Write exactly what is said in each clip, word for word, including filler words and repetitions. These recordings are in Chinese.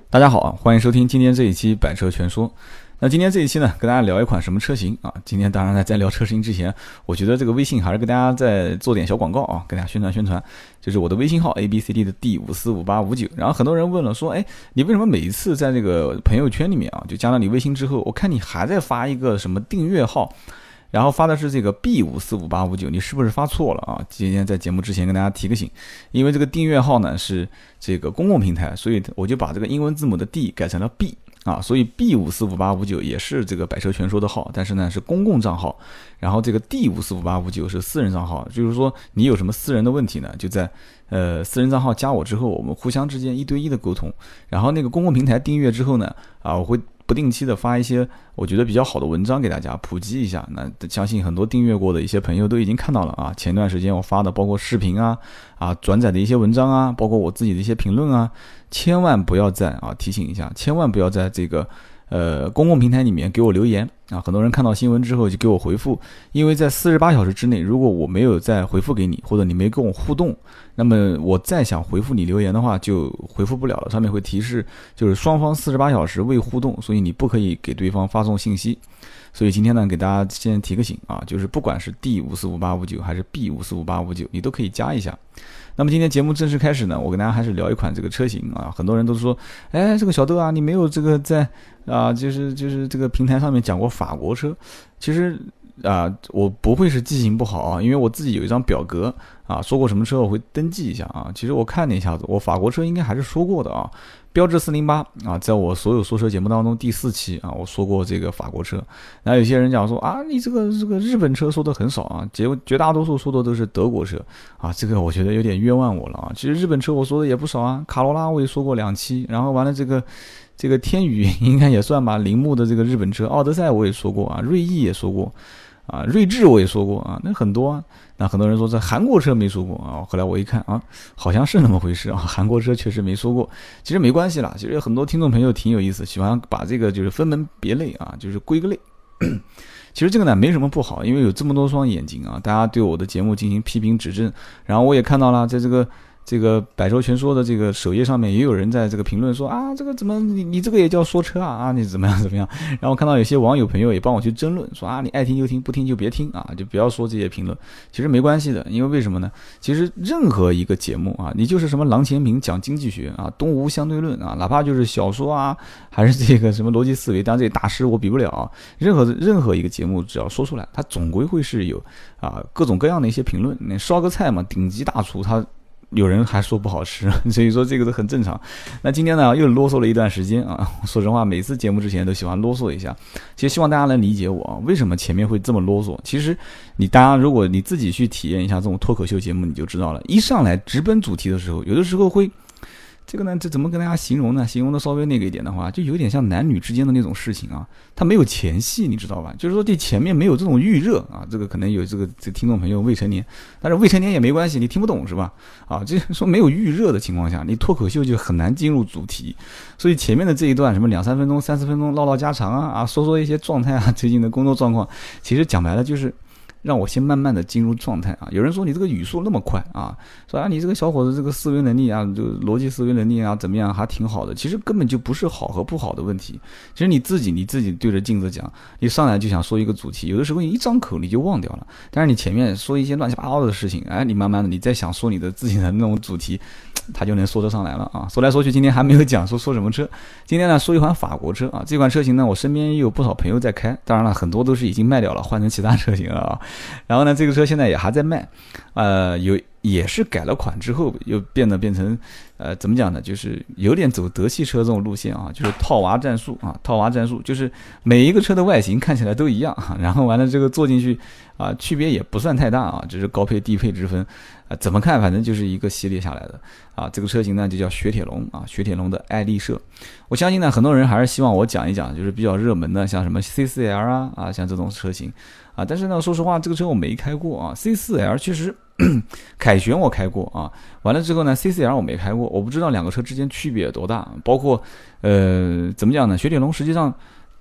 大家好，欢迎收听今天这一期百车全说。那今天这一期呢，跟大家聊一款什么车型啊？今天当然呢，在聊车型之前，我觉得这个微信还是跟大家再做点小广告啊，跟大家宣传宣传。就是我的微信号 A B C D 的 D 五四五八五九。然后很多人问了，说，哎，你为什么每一次在这个朋友圈里面啊，就加了你微信之后，我看你还在发一个什么订阅号？然后发的是这个 B 五四五八五九，你是不是发错了啊？今天在节目之前跟大家提个醒，因为这个订阅号呢是这个公共平台，所以我就把这个英文字母的 D 改成了 B 啊，所以 B 五四五八五九也是这个百车全说的号，但是呢是公共账号，然后这个 D 五四五八五九是私人账号，就是说你有什么私人的问题呢，就在呃私人账号加我之后，我们互相之间一对一的沟通，然后那个公共平台订阅之后呢，啊我会不定期的发一些我觉得比较好的文章给大家普及一下，那相信很多订阅过的一些朋友都已经看到了啊。前段时间我发的包括视频啊啊转载的一些文章啊，包括我自己的一些评论啊，千万不要在啊提醒一下，千万不要在这个呃公共平台里面给我留言啊。很多人看到新闻之后就给我回复，因为在四十八小时之内，如果我没有再回复给你，或者你没跟我互动，那么我再想回复你留言的话就回复不了了，上面会提示就是双方四十八小时未互动，所以你不可以给对方发送信息。所以今天呢给大家先提个醒啊，就是不管是 D 五四五八五九还是 B 五四五八五九，你都可以加一下。那么今天节目正式开始呢，我跟大家还是聊一款这个车型啊。很多人都说，哎，这个小豆啊，你没有这个在啊，就是就是这个平台上面讲过法国车。其实啊，我不会是记性不好啊，因为我自己有一张表格啊，说过什么车我会登记一下啊。其实我看了一下子，我法国车应该还是说过的啊。标致四零八啊，在我所有说车节目当中第四期啊，我说过这个法国车。那有些人讲说啊，你这个这个日本车说的很少啊，绝绝大多数说的都是德国车啊，这个我觉得有点冤枉我了啊。其实日本车我说的也不少啊，卡罗拉我也说过两期，然后完了这个这个天宇应该也算吧，铃木的这个日本车，奥德赛我也说过啊，锐意也说过啊，锐志我也说过啊，那很多啊。那很多人说这韩国车没说过啊，后来我一看啊，好像是那么回事啊，韩国车确实没说过。其实没关系啦，其实很多听众朋友挺有意思，喜欢把这个就是分门别类啊，就是归个类。其实这个呢没什么不好，因为有这么多双眼睛啊，大家对我的节目进行批评指正，然后我也看到了在这个这个百周全说的这个首页上面也有人在这个评论说啊，这个怎么你你这个也叫说车啊啊，你怎么样怎么样？然后看到有些网友朋友也帮我去争论说啊，你爱听就听，不听就别听啊，就不要说这些评论。其实没关系的，因为为什么呢？其实任何一个节目啊，你就是什么郎咸平讲经济学啊，东吴相对论啊，哪怕就是小说啊，还是这个什么逻辑思维，当然这些大师我比不了啊。任何任何一个节目只要说出来，它总归会是有啊各种各样的一些评论。你烧个菜嘛，顶级大厨他。有人还说不好吃，所以说这个都很正常。那今天呢又啰嗦了一段时间啊，说实话每次节目之前都喜欢啰嗦一下，其实希望大家能理解我啊，为什么前面会这么啰嗦。其实你大家如果你自己去体验一下这种脱口秀节目，你就知道了，一上来直奔主题的时候，有的时候会这个呢，这怎么跟大家形容呢？形容的稍微那个一点的话，就有点像男女之间的那种事情啊，它没有前戏，你知道吧？就是说这前面没有这种预热啊，这个可能有这个这听众朋友未成年，但是未成年也没关系，你听不懂是吧？啊，这说没有预热的情况下，你脱口秀就很难进入主题，所以前面的这一段什么两三分钟、三四分钟唠唠家常啊啊，说说一些状态啊，最近的工作状况，其实讲白了就是让我先慢慢的进入状态啊。有人说你这个语速那么快啊，说啊你这个小伙子这个思维能力啊，就逻辑思维能力啊怎么样还挺好的。其实根本就不是好和不好的问题，其实你自己你自己对着镜子讲，你上来就想说一个主题，有的时候你一张口你就忘掉了，但是你前面说一些乱七八糟的事情，哎，你慢慢的你再想说你的自己的那种主题，他就能说得上来了啊。说来说去今天还没有讲说说什么车，今天呢说一款法国车啊。这款车型呢我身边也有不少朋友在开，当然了很多都是已经卖掉了，换成其他车型了啊。然后呢这个车现在也还在卖，呃有也是改了款之后又变得变成呃怎么讲呢，就是有点走德系车这种路线啊，就是套娃战术啊，套娃战术就是每一个车的外形看起来都一样，然后完了这个坐进去啊区别也不算太大啊，只是高配低配之分啊，怎么看反正就是一个系列下来的啊。这个车型呢就叫雪铁龙啊，雪铁龙的爱丽舍。我相信呢很多人还是希望我讲一讲就是比较热门的，像什么 C 四 L 啊啊像这种车型啊，但是呢说实话这个车我没开过啊。 C 四 L 其实凯旋我开过啊，完了之后呢 C 四 L 我没开过，我不知道两个车之间区别有多大，包括呃怎么讲呢，雪铁龙实际上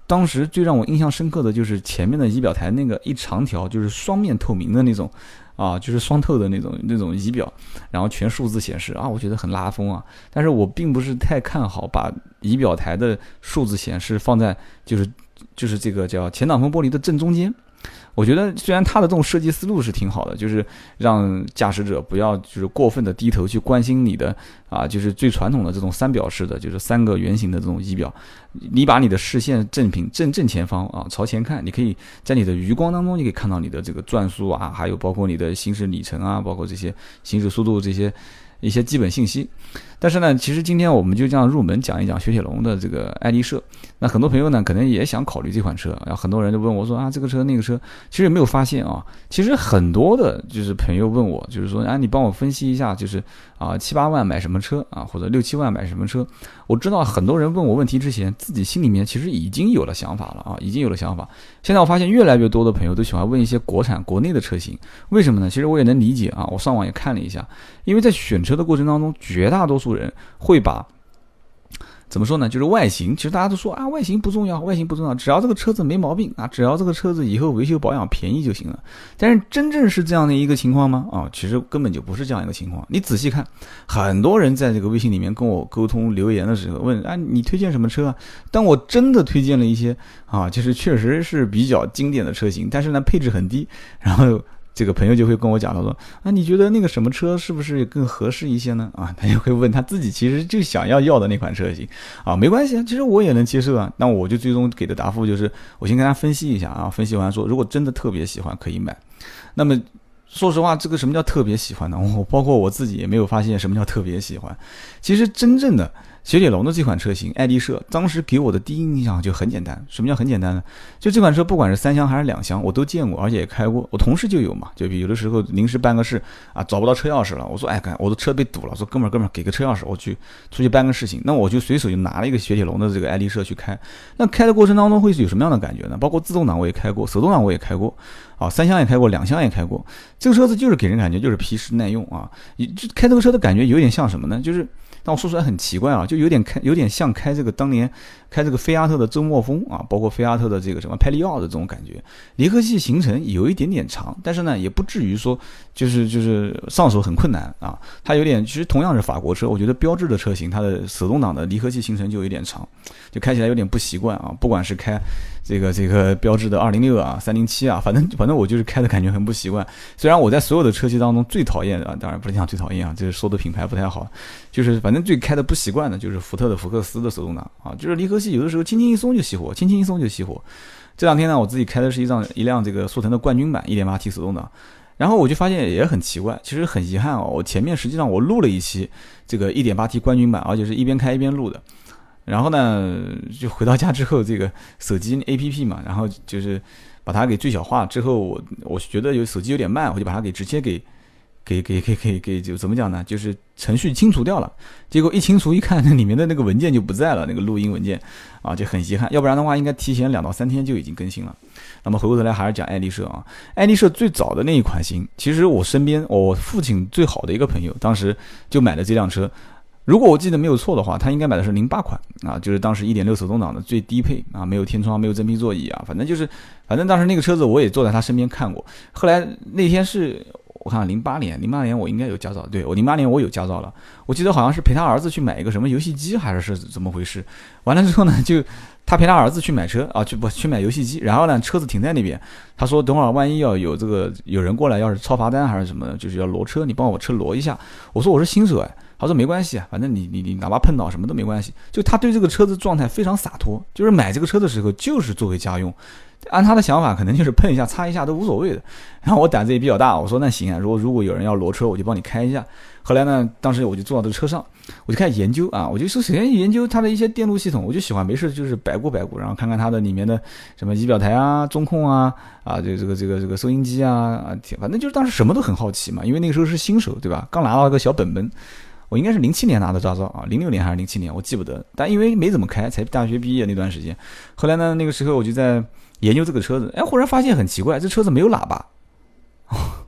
当时最让我印象深刻的就是前面的仪表台那个一长条就是双面透明的那种啊，就是双透的那种那种仪表，然后全数字显示啊，我觉得很拉风啊。但是我并不是太看好把仪表台的数字显示放在就是就是这个叫前挡风玻璃的正中间。我觉得虽然它的这种设计思路是挺好的，就是让驾驶者不要就是过分的低头去关心你的啊，就是最传统的这种三表式的，就是三个圆形的这种仪表，你把你的视线正平正正前方啊朝前看，你可以在你的余光当中，你可以看到你的这个转速啊，还有包括你的行驶里程啊，包括这些行驶速度这些一些基本信息。但是呢，其实今天我们就这样入门讲一讲雪铁龙的这个爱丽舍。那很多朋友呢，可能也想考虑这款车，然后很多人就问我说啊，这个车那个车，其实有没有发现啊？其实很多的就是朋友问我，就是说啊，你帮我分析一下，就是啊七八万买什么车啊，或者六七万买什么车？我知道很多人问我问题之前，自己心里面其实已经有了想法了啊，已经有了想法。现在我发现越来越多的朋友都喜欢问一些国产国内的车型，为什么呢？其实我也能理解啊，我上网也看了一下，因为在选车的过程当中，绝大多数人会把怎么说呢？就是外形，其实大家都说啊，外形不重要，外形不重要，只要这个车子没毛病啊，只要这个车子以后维修保养便宜就行了。但是真正是这样的一个情况吗？啊，其实根本就不是这样一个情况。你仔细看，很多人在这个微信里面跟我沟通留言的时候问啊，你推荐什么车啊？但我真的推荐了一些啊，就是确实是比较经典的车型，但是呢配置很低，然后这个朋友就会跟我讲了说，啊，你觉得那个什么车是不是更合适一些呢？啊，他就会问他自己其实就想要要的那款车型啊，没关系啊，其实我也能接受啊。那我就最终给的答复就是，我先跟他分析一下啊，分析完说，如果真的特别喜欢可以买。那么说实话，这个什么叫特别喜欢呢？我包括我自己也没有发现什么叫特别喜欢。其实真正的雪铁龙的这款车型爱丽舍，当时给我的第一印象就很简单。什么叫很简单呢？就这款车不管是三厢还是两厢，我都见过，而且也开过。我同事就有嘛，就有的时候临时办个事啊，找不到车钥匙了，我说哎，我的车被堵了，我说哥们儿哥们儿给个车钥匙，我去出去办个事情。那我就随手就拿了一个雪铁龙的这个爱丽舍去开。那开的过程当中会是有什么样的感觉呢？包括自动挡我也开过，手动挡我也开过，啊，三厢也开过，两厢也开过。这个车子就是给人感觉就是皮实耐用啊。就开这个车的感觉有点像什么呢？就是。但我说出来很奇怪啊，就有点开，有点像开这个当年开这个菲亚特的周末风啊，包括菲亚特的这个什么派利奥的这种感觉。离合器行程有一点点长，但是呢，也不至于说就是就是上手很困难啊。它有点，其实同样是法国车，我觉得标致的车型，它的手动挡的离合器行程就有点长，就开起来有点不习惯啊。不管是开这个这个标致的二零六啊、三零七啊，反正反正我就是开的感觉很不习惯。虽然我在所有的车系当中最讨厌的，啊，当然不是讲最讨厌啊，就是说的品牌不太好，就是反正。最开的不习惯的就是福特的福克斯的手动挡啊，就是离合器有的时候轻轻一松就熄火，轻轻一松就熄火。这两天呢，我自己开的是一辆一辆这个速腾的冠军版 一点八 T 手动挡，然后我就发现也很奇怪，其实很遗憾哦，我前面实际上我录了一期这个 一点八 T 冠军版，而且是一边开一边录的。然后呢，就回到家之后，这个手机 A P P 嘛，然后就是把它给最小化之后，我我觉得有手机有点慢，我就把它给直接给。给给给给给就怎么讲呢？就是程序清除掉了，结果一清除一看，那里面的那个文件就不在了，那个录音文件啊，就很遗憾。要不然的话，应该提前两到三天就已经更新了。那么回过头来还是讲爱丽舍啊，爱丽舍最早的那一款型，其实我身边我父亲最好的一个朋友，当时就买了这辆车。如果我记得没有错的话，他应该买的是零八款啊，就是当时 一点六 手动挡的最低配啊，没有天窗，没有真皮座椅啊，反正就是，反正当时那个车子我也坐在他身边看过。后来那天是。我看零八年，零八年我应该有驾照，对我零八年我有驾照了。我记得好像是陪他儿子去买一个什么游戏机，还是是怎么回事？完了之后呢，就他陪他儿子去买车啊，去不去买游戏机？然后呢，车子停在那边，他说等会儿万一要有这个有人过来，要是超罚单还是什么，就是要挪车，你帮我车挪一下。我说我是新手哎，他说没关系啊，反正你你你哪怕碰到什么都没关系。就他对这个车子状态非常洒脱，就是买这个车的时候就是作为家用。按他的想法，可能就是碰一下、擦一下都无所谓的。然后我胆子也比较大，我说那行啊，如果如果有人要挪车，我就帮你开一下。后来呢，当时我就坐到这个车上，我就开始研究啊，我就首先研究它的一些电路系统，我就喜欢没事就是摆过摆过，然后看看它的里面的什么仪表台啊、中控啊、啊这这个这个这个收音机啊啊，反正就是当时什么都很好奇嘛，因为那个时候是新手，对吧？刚拿到一个小本本。我应该是零七年拿的驾照啊，零六年还是零七年，我记不得。但因为没怎么开，才大学毕业那段时间。后来呢，那个时候我就在研究这个车子，哎，忽然发现很奇怪，这车子没有喇叭。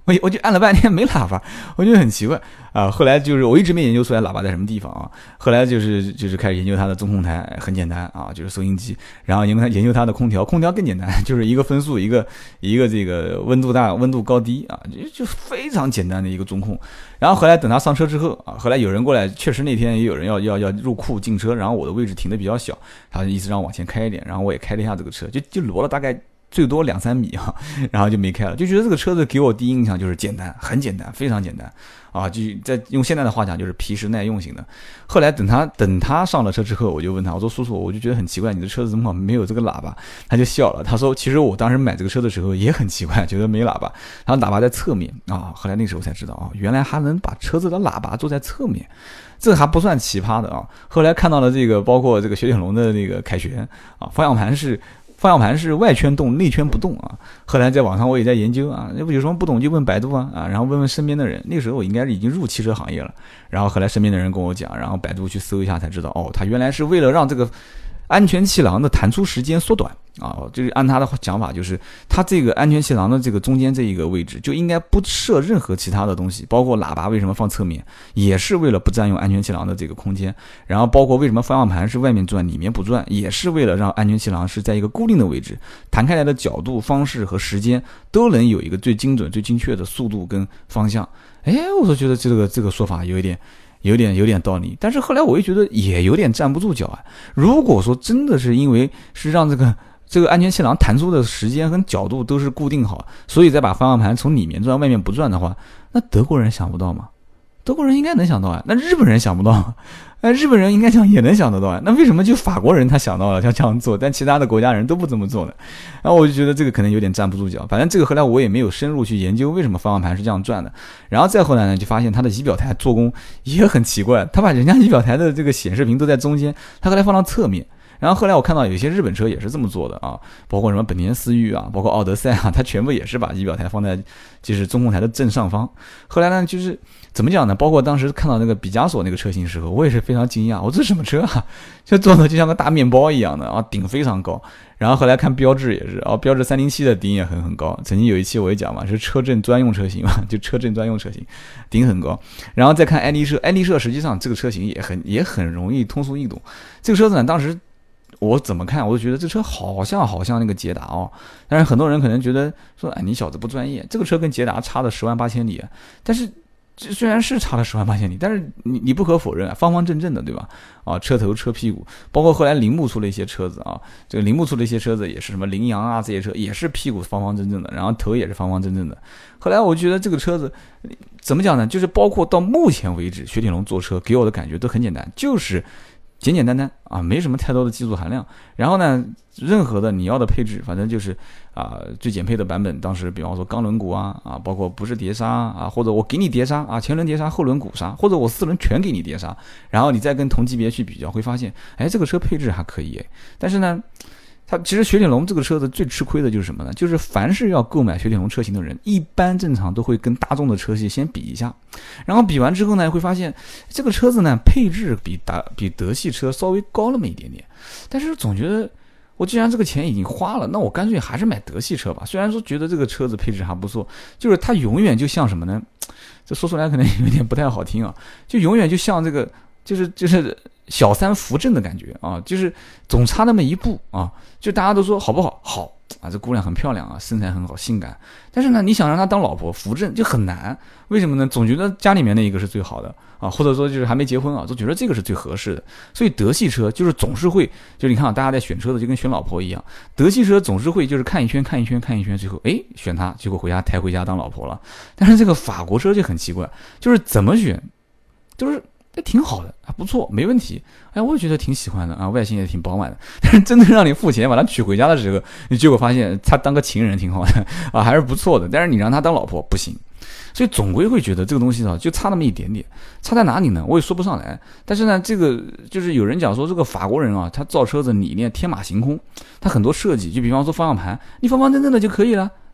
我我就按了半天没喇叭，我觉得很奇怪啊。后来就是我一直没研究出来喇叭在什么地方啊。后来就是就是开始研究它的中控台，很简单啊，就是收音机。然后研究它研究它的空调，空调更简单，就是一个分速，一个一个这个温度大、温度高低啊，就就非常简单的一个中控。然后后来等他上车之后啊，后来有人过来，确实那天也有人要要要入库进车，然后我的位置停的比较小，他就意思让我往前开一点，然后我也开了一下这个车，就就挪了大概最多两三米啊，然后就没开了，就觉得这个车子给我第一印象就是简单，很简单，非常简单啊，就在用现在的话讲就是皮实耐用型的。后来等他等他上了车之后，我就问他，我说叔叔，我就觉得很奇怪，你的车子怎么没有这个喇叭？他就笑了，他说其实我当时买这个车的时候也很奇怪，觉得没喇叭，他喇叭在侧面啊。后来那时候才知道啊，原来还能把车子的喇叭做在侧面。这还不算奇葩的啊！后来看到了这个，包括这个雪铁龙的那个凯旋啊，方向盘是方向盘是外圈动，内圈不动啊。后来在网上我也在研究啊，有什么不懂就问百度啊啊，然后问问身边的人。那个时候我应该是已经入汽车行业了，然后后来身边的人跟我讲，然后百度去搜一下才知道，哦，他原来是为了让这个安全气囊的弹出时间缩短啊，就是按他的讲法，就是他这个安全气囊的这个中间这一个位置就应该不设任何其他的东西，包括喇叭为什么放侧面，也是为了不占用安全气囊的这个空间。然后包括为什么方向盘是外面转里面不转，也是为了让安全气囊是在一个固定的位置，弹开来的角度、方式和时间都能有一个最精准、最精确的速度跟方向。哎，我就觉得这个这个说法有一点。有点有点道理，但是后来我又觉得也有点站不住脚啊。如果说真的是因为是让这个这个安全气囊弹出的时间跟角度都是固定好，所以再把方向盘从里面转外面不转的话，那德国人想不到吗？德国人应该能想到啊，那日本人想不到，哎，日本人应该讲也能想得到啊，那为什么就法国人他想到了要这样做，但其他的国家人都不这么做呢？然后我就觉得这个可能有点站不住脚。反正这个后来我也没有深入去研究为什么方向盘是这样转的。然后再后来呢，就发现它的仪表台做工也很奇怪，他把人家仪表台的这个显示屏都在中间，他后来放到侧面。然后后来我看到有一些日本车也是这么做的啊，包括什么本田思域啊，包括奥德赛啊，它全部也是把仪表台放在就是中控台的正上方。后来呢，就是怎么讲呢？包括当时看到那个毕加索那个车型的时候，我也是非常惊讶，我这是什么车啊？就做的就像个大面包一样的啊，顶非常高。然后后来看标致也是啊，标致三零七的顶也很很高。曾经有一期我也讲嘛，是车震专用车型嘛，就车震专用车型，顶很高。然后再看爱丽舍，爱丽舍实际上这个车型也很也很容易通俗易懂。这个车子呢，当时我怎么看，我就觉得这车好像好像那个捷达哦，但是很多人可能觉得说，哎，你小子不专业，这个车跟捷达差了十万八千里，但是这虽然是差了十万八千里，但是你你不可否认啊，方方正正的，对吧？啊，车头车屁股，包括后来铃木出了一些车子啊，这个铃木出了一些车子也是什么羚羊啊这些车也是屁股方方正正的，然后头也是方方正正的。后来我觉得这个车子怎么讲呢？就是包括到目前为止，雪铁龙做车给我的感觉都很简单，就是简简单单啊，没什么太多的技术含量。然后呢，任何的你要的配置，反正就是啊，最简配的版本，当时比方说钢轮毂啊啊，包括不是碟刹啊，或者我给你碟刹啊，前轮碟刹后轮鼓刹，或者我四轮全给你碟刹，然后你再跟同级别去比较，会发现，哎，这个车配置还可以。但是呢，它其实雪铁龙这个车子最吃亏的就是什么呢？就是凡是要购买雪铁龙车型的人，一般正常都会跟大众的车系先比一下，然后比完之后呢，会发现这个车子呢配置比大比德系车稍微高那么一点点，但是总觉得我既然这个钱已经花了，那我干脆还是买德系车吧。虽然说觉得这个车子配置还不错，就是它永远就像什么呢？这说出来可能有点不太好听啊，就永远就像这个，就是就是小三扶正的感觉啊，就是总差那么一步啊。就大家都说好不好？好啊，这姑娘很漂亮啊，身材很好，性感。但是呢，你想让她当老婆扶正就很难。为什么呢？总觉得家里面那一个是最好的啊，或者说就是还没结婚啊，都觉得这个是最合适的。所以德系车就是总是会，就你看啊，大家在选车的就跟选老婆一样，德系车总是会就是看一圈看一圈看一圈，最后哎选她，结果回家抬回家当老婆了。但是这个法国车就很奇怪，就是怎么选，就是哎挺好的啊，不错，没问题。哎，我也觉得挺喜欢的啊，外形也挺饱满的。但是真的让你付钱把他娶回家的时候，你结果发现他当个情人挺好的啊，还是不错的。但是你让他当老婆不行。所以总归会觉得这个东西啊，就差那么一点点，差在哪里呢？我也说不上来。但是呢，这个就是有人讲说，这个法国人啊，他造车子理念天马行空，他很多设计，就比方说方向盘，你方方正正的就可以了，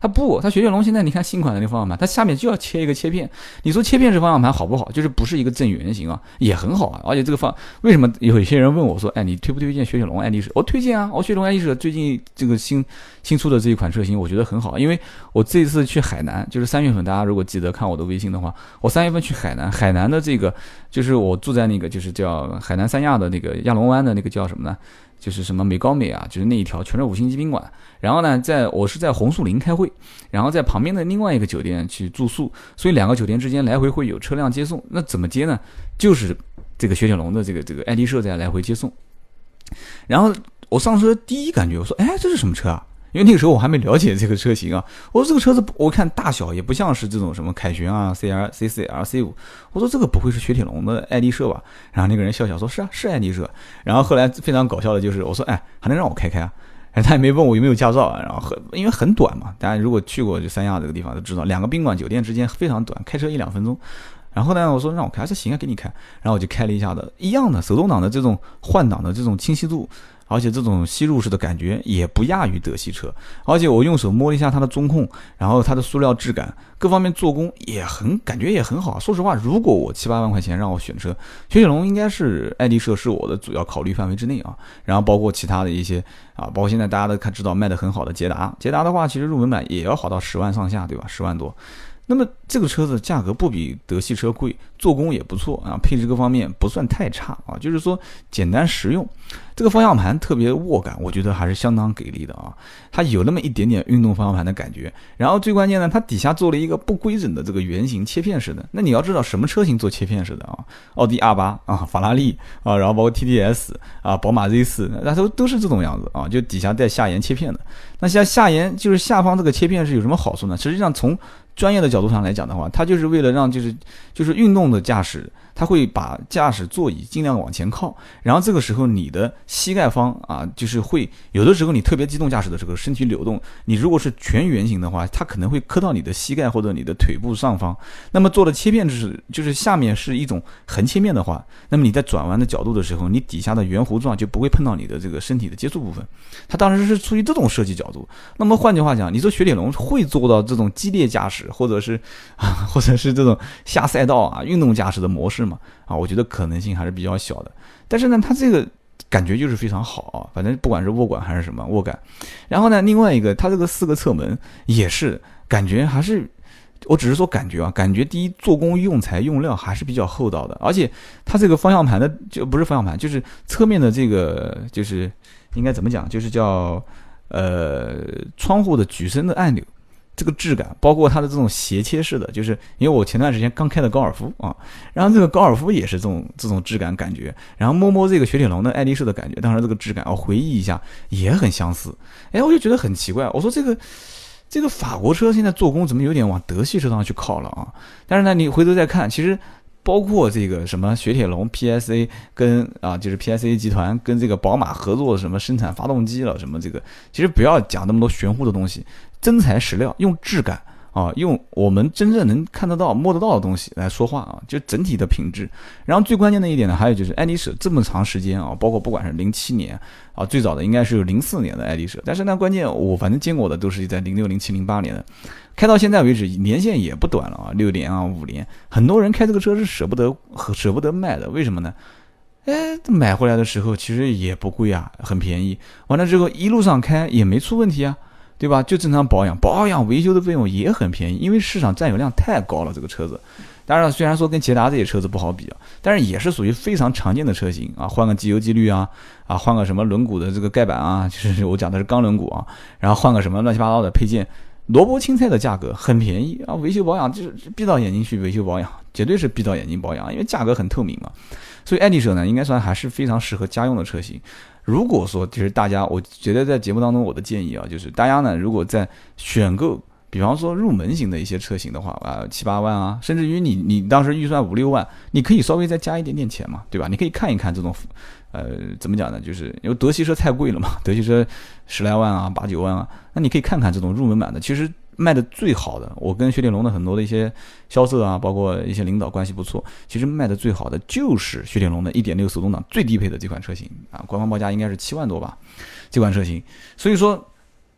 它不，它雪铁龙现在你看新款的那个方向盘，它下面就要切一个切片。你说切片式方向盘好不好？就是不是一个正圆形啊，也很好啊。而且这个方为什么有一些人问我说，哎，你推不推荐雪铁龙爱丽舍？我推荐啊，我雪铁龙爱丽舍最近这个新新出的这一款车型，我觉得很好。因为我这次去海南，就是三月份，大家如果记得看我的微信的话，我三月份去海南，海南的这个就是我住在那个就是叫海南三亚的那个亚龙湾的那个叫什么呢？就是什么美高美啊，就是那一条全是五星级宾馆。然后呢，在我是在红树林开会，然后在旁边的另外一个酒店去住宿，所以两个酒店之间来回会有车辆接送。那怎么接呢？就是这个雪铁龙的这个这个爱丽舍在来回接送。然后我上车第一感觉，我说，哎，这是什么车啊？因为那个时候我还没了解这个车型啊，我说这个车子我看大小也不像是这种什么凯旋啊 C R C 四 L C 五，我说这个不会是雪铁龙的爱丽舍吧？然后那个人笑笑说是啊，是爱丽舍。然后后来非常搞笑的就是我说，哎，还能让我开开啊？他也没问我有没有驾照啊，然后很因为很短嘛，大家如果去过就三亚这个地方都知道，两个宾馆酒店之间非常短，开车一两分钟。然后呢，我说让我开，这行啊，给你开。然后我就开了一下子，一样的手动挡的这种换挡的这种清晰度，而且这种吸入式的感觉也不亚于德系车。而且我用手摸了一下它的中控，然后它的塑料质感各方面做工也很感觉也很好。说实话，如果我七八万块钱让我选车，雪铁龙应该是爱丽舍是我的主要考虑范围之内啊。然后包括其他的一些啊，包括现在大家都看知道卖的很好的捷达，捷达的话其实入门版也要好到十万上下，对吧？十万多。那么这个车子价格不比德系车贵，做工也不错啊，配置各方面不算太差啊，就是说简单实用。这个方向盘特别握感，我觉得还是相当给力的啊，它有那么一点点运动方向盘的感觉。然后最关键呢，它底下做了一个不规整的这个圆形切片式的。那你要知道什么车型做切片式的啊？奥迪 R 八 啊，法拉利啊，然后包括 T T S 啊，宝马 Z 四，那都都是这种样子啊，就底下带下沿切片的。那像下沿就是下方这个切片是有什么好处呢？实际上从专业的角度上来讲的话，它就是为了让就是就是运动的驾驶，它会把驾驶座椅尽量往前靠，然后这个时候你的膝盖方啊，就是会有的时候你特别机动驾驶的时候，身体流动，你如果是全圆形的话，它可能会磕到你的膝盖或者你的腿部上方。那么做的切片就是就是下面是一种横切面的话，那么你在转弯的角度的时候，你底下的圆弧状就不会碰到你的这个身体的接触部分。它当时是出于这种设计角度。那么换句话讲，你说雪铁龙会做到这种激烈驾驶，或者是啊，或者是这种下赛道啊运动驾驶的模式嘛？啊，我觉得可能性还是比较小的。但是呢，它这个感觉就是非常好啊，反正不管是握感还是什么握感。然后呢，另外一个它这个四个侧门也是感觉还是，我只是说感觉啊，感觉第一做工用材用料还是比较厚道的，而且它这个方向盘的就不是方向盘，就是侧面的这个就是应该怎么讲，就是叫呃窗户的举升的按钮。这个质感，包括它的这种斜切式的，就是因为我前段时间刚开的高尔夫啊，然后这个高尔夫也是这种这种质感感觉，然后摸摸这个雪铁龙的爱丽舍的感觉，当然这个质感我回忆一下也很相似，哎，我就觉得很奇怪，我说这个这个法国车现在做工怎么有点往德系车上去靠了啊？但是呢，你回头再看，其实包括这个什么雪铁龙 P S A 跟啊，就是 P S A 集团跟这个宝马合作什么生产发动机了什么这个，其实不要讲那么多玄乎的东西。真材实料，用质感啊，用我们真正能看得到、摸得到的东西来说话啊，就整体的品质。然后最关键的一点呢，还有就是爱丽舍这么长时间啊，包括不管是零七年啊，最早的应该是零四年的爱丽舍，但是呢，关键我反正见过的都是在零六、零七、零八年的，开到现在为止，年限也不短了啊，六年啊、五年，很多人开这个车是舍不得、舍不得卖的，为什么呢？哎，买回来的时候其实也不贵啊，很便宜，完了之后一路上开也没出问题啊。对吧？就正常保养，保养维修的费用也很便宜，因为市场占有量太高了。这个车子，当然了，虽然说跟捷达这些车子不好比啊，但是也是属于非常常见的车型啊。换个机油机滤啊，啊，换个什么轮毂的这个盖板啊，就是我讲的是钢轮毂啊，然后换个什么乱七八糟的配件，萝卜青菜的价格很便宜啊。维修保养就是闭到眼睛去维修保养，绝对是闭到眼睛保养，因为价格很透明嘛。所以爱丽舍呢，应该算还是非常适合家用的车型。如果说就是大家，我觉得在节目当中我的建议啊，就是大家呢，如果在选购，比方说入门型的一些车型的话啊，七八万啊，甚至于你你当时预算五六万，你可以稍微再加一点点钱嘛，对吧？你可以看一看这种，呃，怎么讲呢？就是因为德系车太贵了嘛，德系车十来万啊，八九万啊，那你可以看看这种入门版的，其实卖的最好的，我跟雪铁龙的很多的一些销售啊，包括一些领导关系不错，其实卖的最好的就是雪铁龙的 一点六 手动挡最低配的这款车型啊，官方报价应该是七万多吧，这款车型。所以说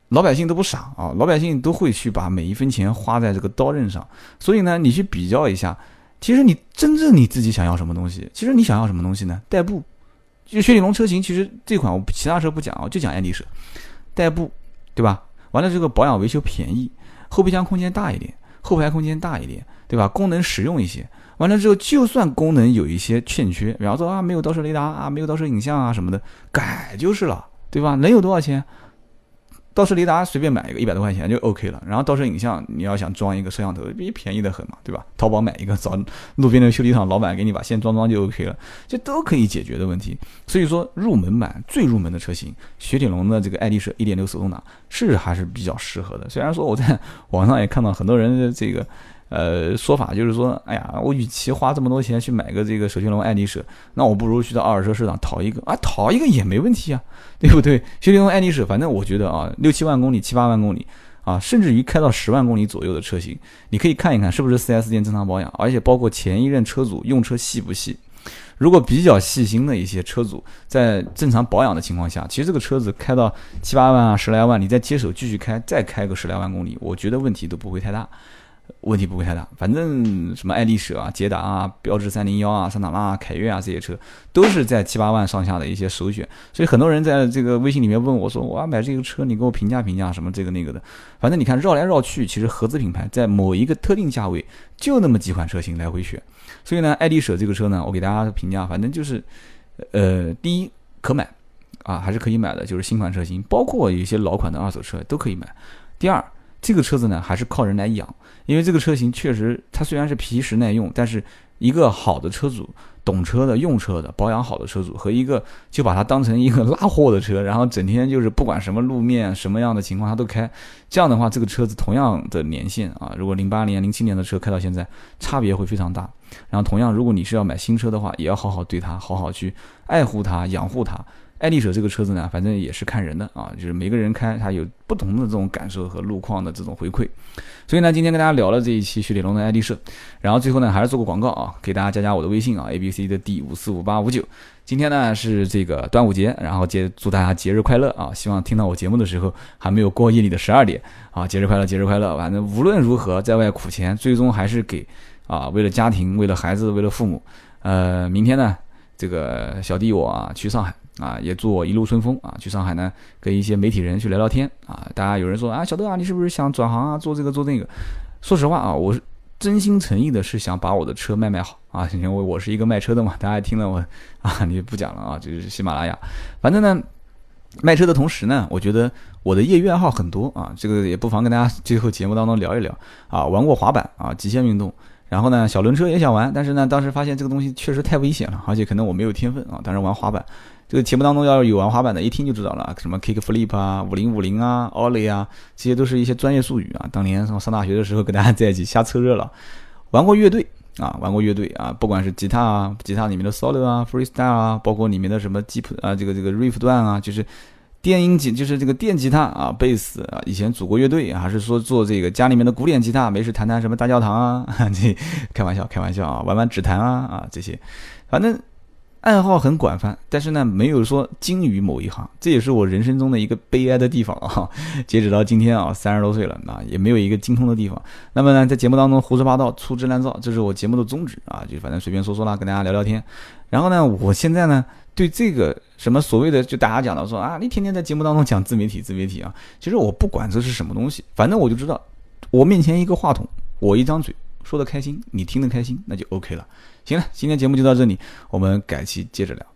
老百姓都不傻啊，老百姓都会去把每一分钱花在这个刀刃上。所以呢，你去比较一下，其实你真正你自己想要什么东西？其实你想要什么东西呢？代步，就雪铁龙车型，其实这款我其他车不讲啊，就讲爱丽舍，代步，对吧？完了这个保养维修便宜，后备箱空间大一点，后排空间大一点，对吧？功能实用一些。完了之后，就算功能有一些欠缺，比方说啊没有倒车雷达啊，没有倒车影像啊什么的，改就是了，对吧？能有多少钱？倒车雷达随便买一个一百多块钱就 OK 了，然后倒车影像你要想装一个摄像头，便宜的很嘛，对吧？淘宝买一个，找路边的修理厂老板给你把线装装就 OK 了，这都可以解决的问题。所以说入门版最入门的车型，雪铁龙的这个爱丽舍 一点六 手动挡是还是比较适合的。虽然说我在网上也看到很多人的这个呃说法，就是说哎呀，我与其花这么多钱去买个这个雪铁龙爱丽舍，那我不如去到二手车市场淘一个啊，淘一个也没问题啊，对不对？雪铁龙爱丽舍反正我觉得啊，六七万公里七八万公里啊，甚至于开到十万公里左右的车型，你可以看一看是不是 四 S 店正常保养，而且包括前一任车主用车细不细。如果比较细心的一些车主，在正常保养的情况下，其实这个车子开到七八万啊十来万，你再接手继续开，再开个十来万公里，我觉得问题都不会太大。问题不会太大，反正什么爱丽舍啊、捷达啊、标致三零一啊、桑塔纳啊、凯越啊这些车都是在七八万上下的一些首选，所以很多人在这个微信里面问我说：“我要买这个车，你给我评价评价什么这个那个的。”反正你看绕来绕去，其实合资品牌在某一个特定价位就那么几款车型来回选。所以呢，爱丽舍这个车呢，我给大家的评价，反正就是，呃，第一可买啊，还是可以买的，就是新款车型，包括有一些老款的二手车都可以买。第二，这个车子呢还是靠人来养，因为这个车型确实它虽然是皮实耐用，但是一个好的车主、懂车的、用车的、保养好的车主和一个就把它当成一个拉货的车，然后整天就是不管什么路面什么样的情况它都开，这样的话这个车子同样的年限啊，如果零八年、零七年的车开到现在，差别会非常大。然后同样，如果你是要买新车的话，也要好好对它，好好去爱护它、养护它。爱丽舍这个车子呢，反正也是看人的啊，就是每个人开它有不同的这种感受和路况的这种回馈。所以呢，今天跟大家聊了这一期雪铁龙的爱丽舍，然后最后呢还是做个广告啊，给大家加加我的微信啊 ，A B C 的 D 五四五八五九。今天呢是这个端午节，然后节祝大家节日快乐啊！希望听到我节目的时候还没有过夜里的十二点啊，节日快乐，节日快乐！反正无论如何，在外苦钱，最终还是给啊，为了家庭，为了孩子，为了父母。呃，明天呢，这个小弟我啊去上海。啊，也祝我一路顺风啊！去上海呢，跟一些媒体人去聊聊天啊。大家有人说啊，小豆啊，你是不是想转行啊，做这个做那个？说实话啊，我是真心诚意的是想把我的车卖卖好啊。因为我是一个卖车的嘛，大家听了我啊，你不讲了啊，就是喜马拉雅。反正呢，卖车的同时呢，我觉得我的业余爱好很多啊，这个也不妨跟大家最后节目当中聊一聊啊。玩过滑板啊，极限运动。然后呢，小轮车也想玩，但是呢，当时发现这个东西确实太危险了，而且可能我没有天分啊。当时玩滑板，这个节目当中要是有玩滑板的，一听就知道了，什么 kick flip 啊、五零五零啊、ollie 啊，这些都是一些专业术语啊。当年上大学的时候，跟大家在一起瞎凑热闹。玩过乐队啊，玩过乐队啊，不管是吉他啊、吉他里面的 solo 啊、freestyle 啊，包括里面的什么 deep 啊，这个这个 riff 段啊，就是。电音吉就是这个电吉他啊，贝斯啊，以前组过乐队，还是说做这个家里面的古典吉他，没事弹弹什么大教堂啊，这开玩笑开玩笑啊，玩玩指弹啊啊这些，反正爱好很广泛，但是呢没有说精于某一行，这也是我人生中的一个悲哀的地方啊。截止到今天啊，三十多岁了啊，也没有一个精通的地方。那么呢，在节目当中胡说八道、粗制滥造，这是我节目的宗旨啊，就反正随便说说啦，跟大家聊聊天。然后呢，我现在呢。对这个什么所谓的就大家讲到说啊，你天天在节目当中讲自媒体自媒体啊，其实我不管这是什么东西，反正我就知道我面前一个话筒，我一张嘴，说的开心，你听得开心，那就 OK 了。行了，今天节目就到这里，我们改期接着聊。